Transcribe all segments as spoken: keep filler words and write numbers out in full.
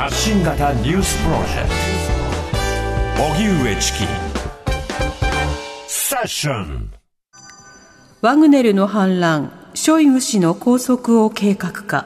発信型ニュースプロジェクト荻上チキセッション。 ワグネルの反乱、ショイグ氏の拘束を計画か。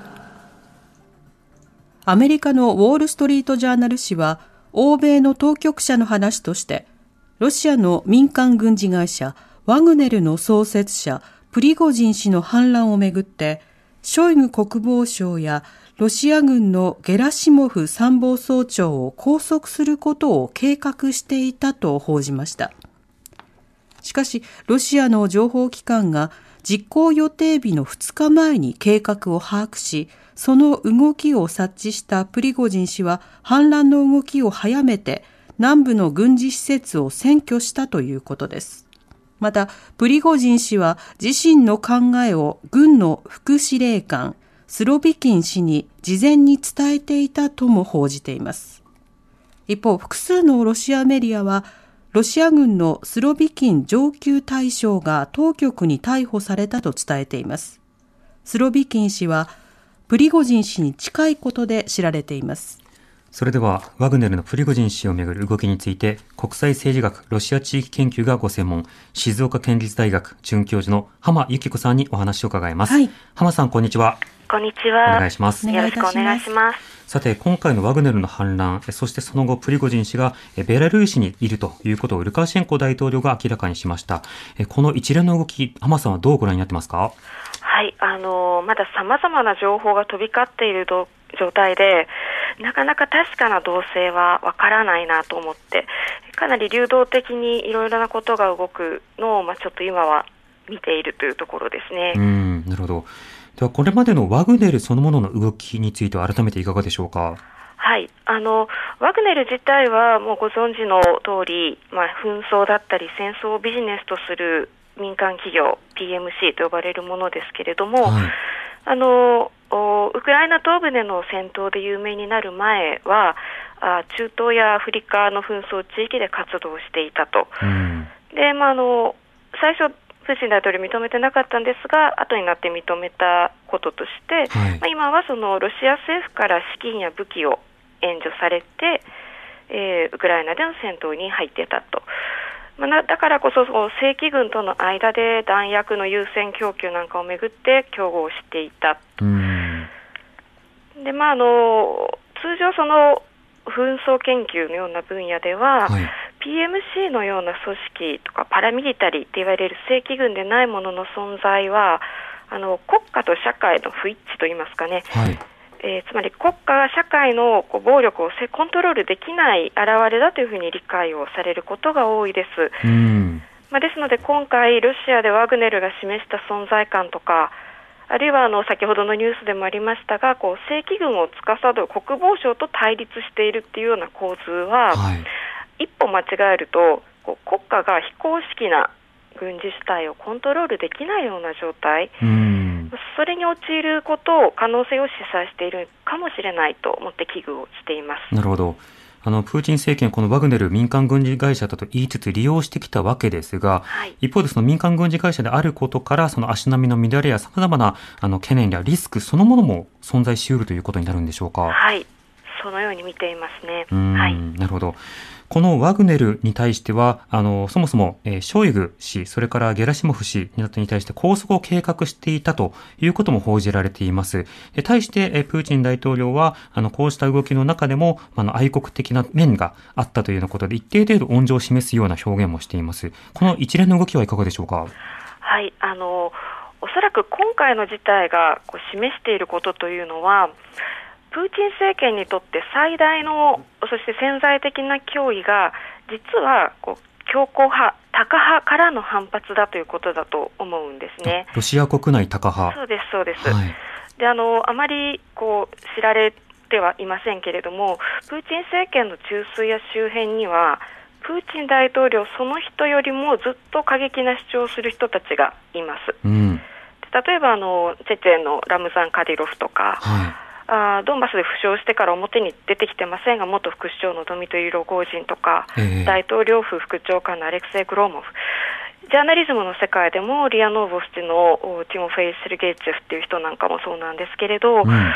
アメリカのウォールストリートジャーナル紙は、欧米の当局者の話として、ロシアの民間軍事会社ワグネルの創設者プリゴジン氏の反乱をめぐって、ショイグ国防相やロシア軍のゲラシモフ参謀総長を拘束することを計画していたと報じました。しかし、ロシアの情報機関が実行予定日のふつかまえに計画を把握し、その動きを察知したプリゴジン氏は反乱の動きを早めて南部の軍事施設を占拠したということです。また、プリゴジン氏は自身の考えを軍の副司令官スロビキン氏に事前に伝えていたとも報じています。一方、複数のロシアメディアは、ロシア軍のスロビキン上級大将が当局に逮捕されたと伝えています。スロビキン氏はプリゴジン氏に近いことで知られています。 それでは、ワグネルのプリゴジン氏をめぐる動きについて、国際政治学ロシア地域研究がご専門、静岡県立大学准教授の浜由紀子さんにお話を伺います。はい、浜さん、こんにちは。 こんにちは。 お願いします。 よろしくお願いします。 さて、今回のワグネルの反乱、そしてその後プリゴジン氏がベラルーシにいるということをルカシェンコ大統領が明らかにしました。この一連の動き、浜さんはどうご覧になってますか？ はい、あのまだ様々な情報が飛び交っている状態で、なかなか確かな動静はわからないなと思って、かなり流動的にいろいろなことが動くのを、まあ、ちょっと今は見ているというところですね。 うん、なるほど。では、これまでのワグネルそのものの動きについては改めていかがでしょうか？ はい、あのワグネル自体はもうご存知の通り、まあ、紛争だったり戦争をビジネスとする民間企業 ピーエムシー と呼ばれるものですけれども、はい、あのウクライナ東部での戦闘で有名になる前はあ中東やアフリカの紛争地域で活動していたと、うん、で、まあ、あの最初プーチン大統領認めてなかったんですが、後になって認めたこととして、はい、まあ、今はそのロシア政府から資金や武器を援助されて、えー、ウクライナでの戦闘に入っていたと。まあ、だからこそ正規軍との間で弾薬の優先供給なんかをめぐって競合していた。うんで、まあ、あの通常その紛争研究のような分野では、はい、ピーエムシー のような組織とかパラミリタリーって言われる正規軍でないものの存在は、あの国家と社会の不一致といいますかね、はい、えー、つまり国家が社会のこう暴力をコントロールできない現れだというふうに理解をされることが多いです。うん、まあ、ですので今回ロシアでワグネルが示した存在感とか、あるいはあの先ほどのニュースでもありましたが、こう正規軍を司る国防省と対立しているっていうような構図は、はい、一歩間違えるとこう国家が非公式な軍事主体をコントロールできないような状態、うん、それに陥ることを可能性を示唆しているかもしれないと思って危惧をしています。 なるほど。あのプーチン政権、このワグネル民間軍事会社だと言いつつ利用してきたわけですが、はい、一方でその民間軍事会社であることから、その足並みの乱れや様々なあの懸念やリスクそのものも存在し得るということになるんでしょうか？ はい、そのように見ていますね。 うーん、はい、なるほど。このワグネルに対しては、あの、そもそも、えー、ショイグ氏、それからゲラシモフ氏などに対して拘束を計画していたということも報じられています。で対して、えー、プーチン大統領は、あの、こうした動きの中でも、あの、愛国的な面があったというようなことで、一定程度温情を示すような表現もしています。この一連の動きはいかがでしょうか？ はい、あの、おそらく今回の事態がこう示していることというのは、プーチン政権にとって最大の、そして潜在的な脅威が、実はこう強硬派、タカ派からの反発だということだと思うんですね。 ロシア国内タカ派。 そうです、そうです。 はい、 で、あの、あまりこう知られてはいませんけれども、プーチン政権の中枢や周辺には、プーチン大統領その人よりもずっと過激な主張をする人たちがいます。うん、例えばあのチェチェンのラムザン・カディロフとか、はい、あドンバスで負傷してから表に出てきてませんが、元副首相のドミトリ・ロゴージンとか、えー、大統領府副長官のアレクセイ・グローモフ、ジャーナリズムの世界でもリアノーボスチのティモフェイ・セルゲイチェフっていう人なんかもそうなんですけれど、うん、こ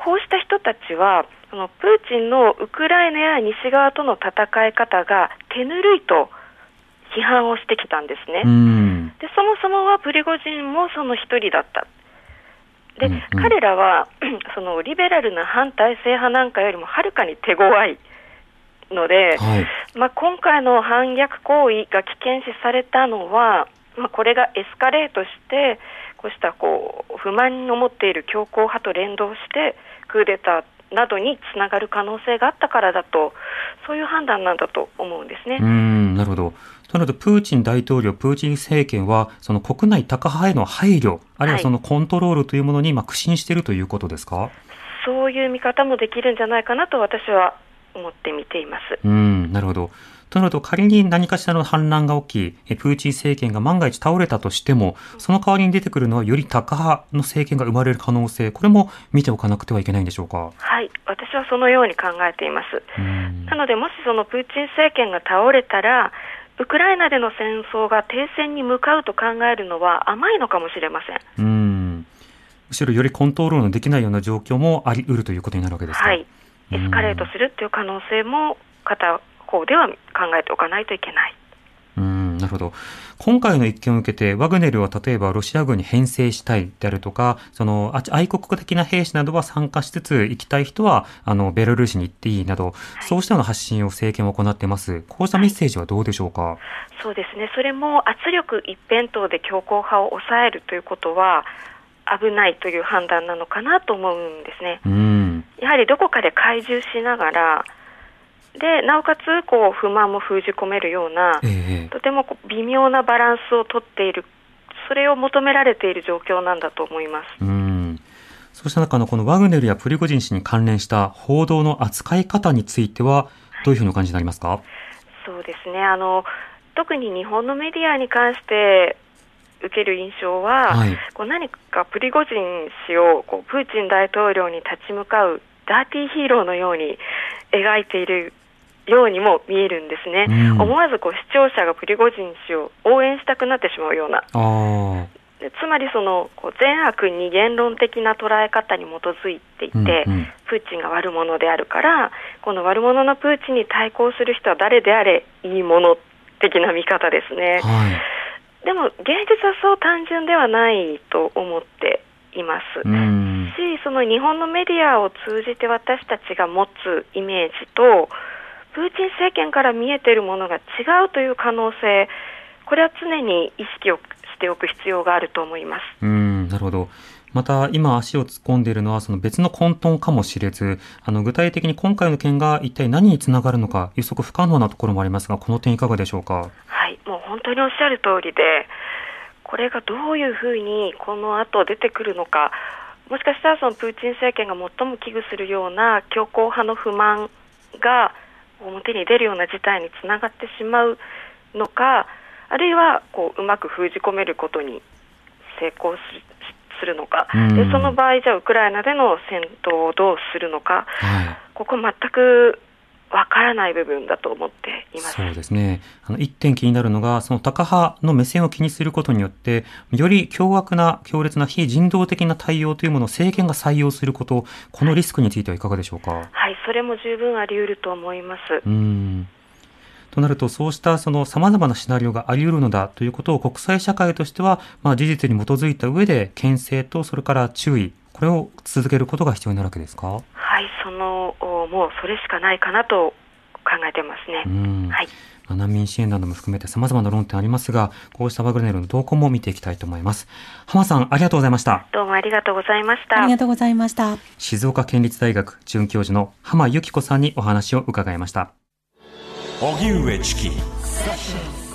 こうした人たちはそのプーチンのウクライナや西側との戦い方が手ぬるいと批判をしてきたんですね。 うんでそもそもはプリゴジンもその一人だった。で、 うんうん、 彼らはそのリベラルな反体制派なんかよりもはるかに手強いので、はいまあ、今回の反逆行為が危険視されたのは、まあ、これがエスカレートしてこうしたこう不満を持っている強硬派と連動してクーデターなどにつながる可能性があったからだと、そういう判断なんだと思うんですね。 うーんなるほど。となるとプーチン大統領、プーチン政権はその国内タカ派への配慮、あるいはそのコントロールというものにまあ苦心しているということですか？はい、 そういう見方もできるんじゃないかなと私は思って見ています。 うーんなるほど。となると仮に何かしらの反乱が起き、プーチン政権が万が一倒れたとしても、その代わりに出てくるのはよりタカ派の政権が生まれる可能性、これも見ておかなくてはいけないんでしょうか？ はい、私はそのように考えています。なのでもしそのプーチン政権が倒れたらウクライナでの戦争が停戦に向かうと考えるのは甘いのかもしれません。 うーんむしろよりコントロールのできないような状況もあり得るということになるわけですか？はい、 エスカレートするという可能性も片方では考えておかないといけない。 うーんなるほど。今回の一件を受けてワグネルは例えばロシア軍に編成したいであるとか、その愛国的な兵士などは参加しつつ、行きたい人はあのベラルーシに行っていいなど、はい、そうしたような発信を政権は行っています。こうしたメッセージはどうでしょうか？はい、 そうですね。それも圧力一辺倒で強硬派を抑えるということは危ないという判断なのかなと思うんですね。 うん、 やはりどこかで懐柔しながらで、なおかつこう不満も封じ込めるような、ええ、とてもこう微妙なバランスをとっている、それを求められている状況なんだと思います。 うん、そうした中のこのワグネルやプリゴジン氏に関連した報道の扱い方についてはどういうふうにお感じになりますか？はい、 そうですね。あの特に日本のメディアに関して受ける印象は、はい、こう何かプリゴジン氏をこうプーチン大統領に立ち向かうダーティーヒーローのように描いているようにも見えるんですね。うん、思わずこう視聴者がプリゴジン氏を応援したくなってしまうような、あでつまりそのこう善悪二元論的な捉え方に基づいていて、うんうん、プーチンが悪者であるからこの悪者のプーチンに対抗する人は誰であれいいもの的な見方ですね。はい、でも現実はそう単純ではないと思っています。うん、しその日本のメディアを通じて私たちが持つイメージとプーチン政権から見えているものが違うという可能性、これは常に意識をしておく必要があると思います。 うーんなるほど。また今足を突っ込んでいるのはその別の混沌かもしれず、あの具体的に今回の件が一体何につながるのか予測不可能なところもありますが、この点いかがでしょうか？ はい、もう本当におっしゃる通りで、これがどういうふうにこの後出てくるのか、もしかしたらそのプーチン政権が最も危惧するような強硬派の不満が表に出るような事態につながってしまうのか、あるいはこううまく封じ込めることに成功する、するのか、でその場合じゃあウクライナでの戦闘をどうするのか、はい、ここ全くわからない部分だと思っています。 そうですね。あの一点気になるのがそのタカ派の目線を気にすることによってより凶悪な強烈な非人道的な対応というものを政権が採用すること、このリスクについてはいかがでしょうか？ はい、それも十分あり得ると思います。 うーんとなるとそうしたその様々なシナリオがあり得るのだということを国際社会としては、まあ、事実に基づいた上で牽制とそれから注意、これを続けることが必要になるわけですか？ はい、そのもうそれしかないかなと考えてますね。うん、はい、 難民支援なども含めて様々な論点ありますが、こうしたワグネルの動向も見ていきたいと思います。浜さん、ありがとうございました。 どうもありがとうございました。 ありがとうございました。 静岡県立大学准教授の浜由紀子さんにお話を伺いました。 荻上チキ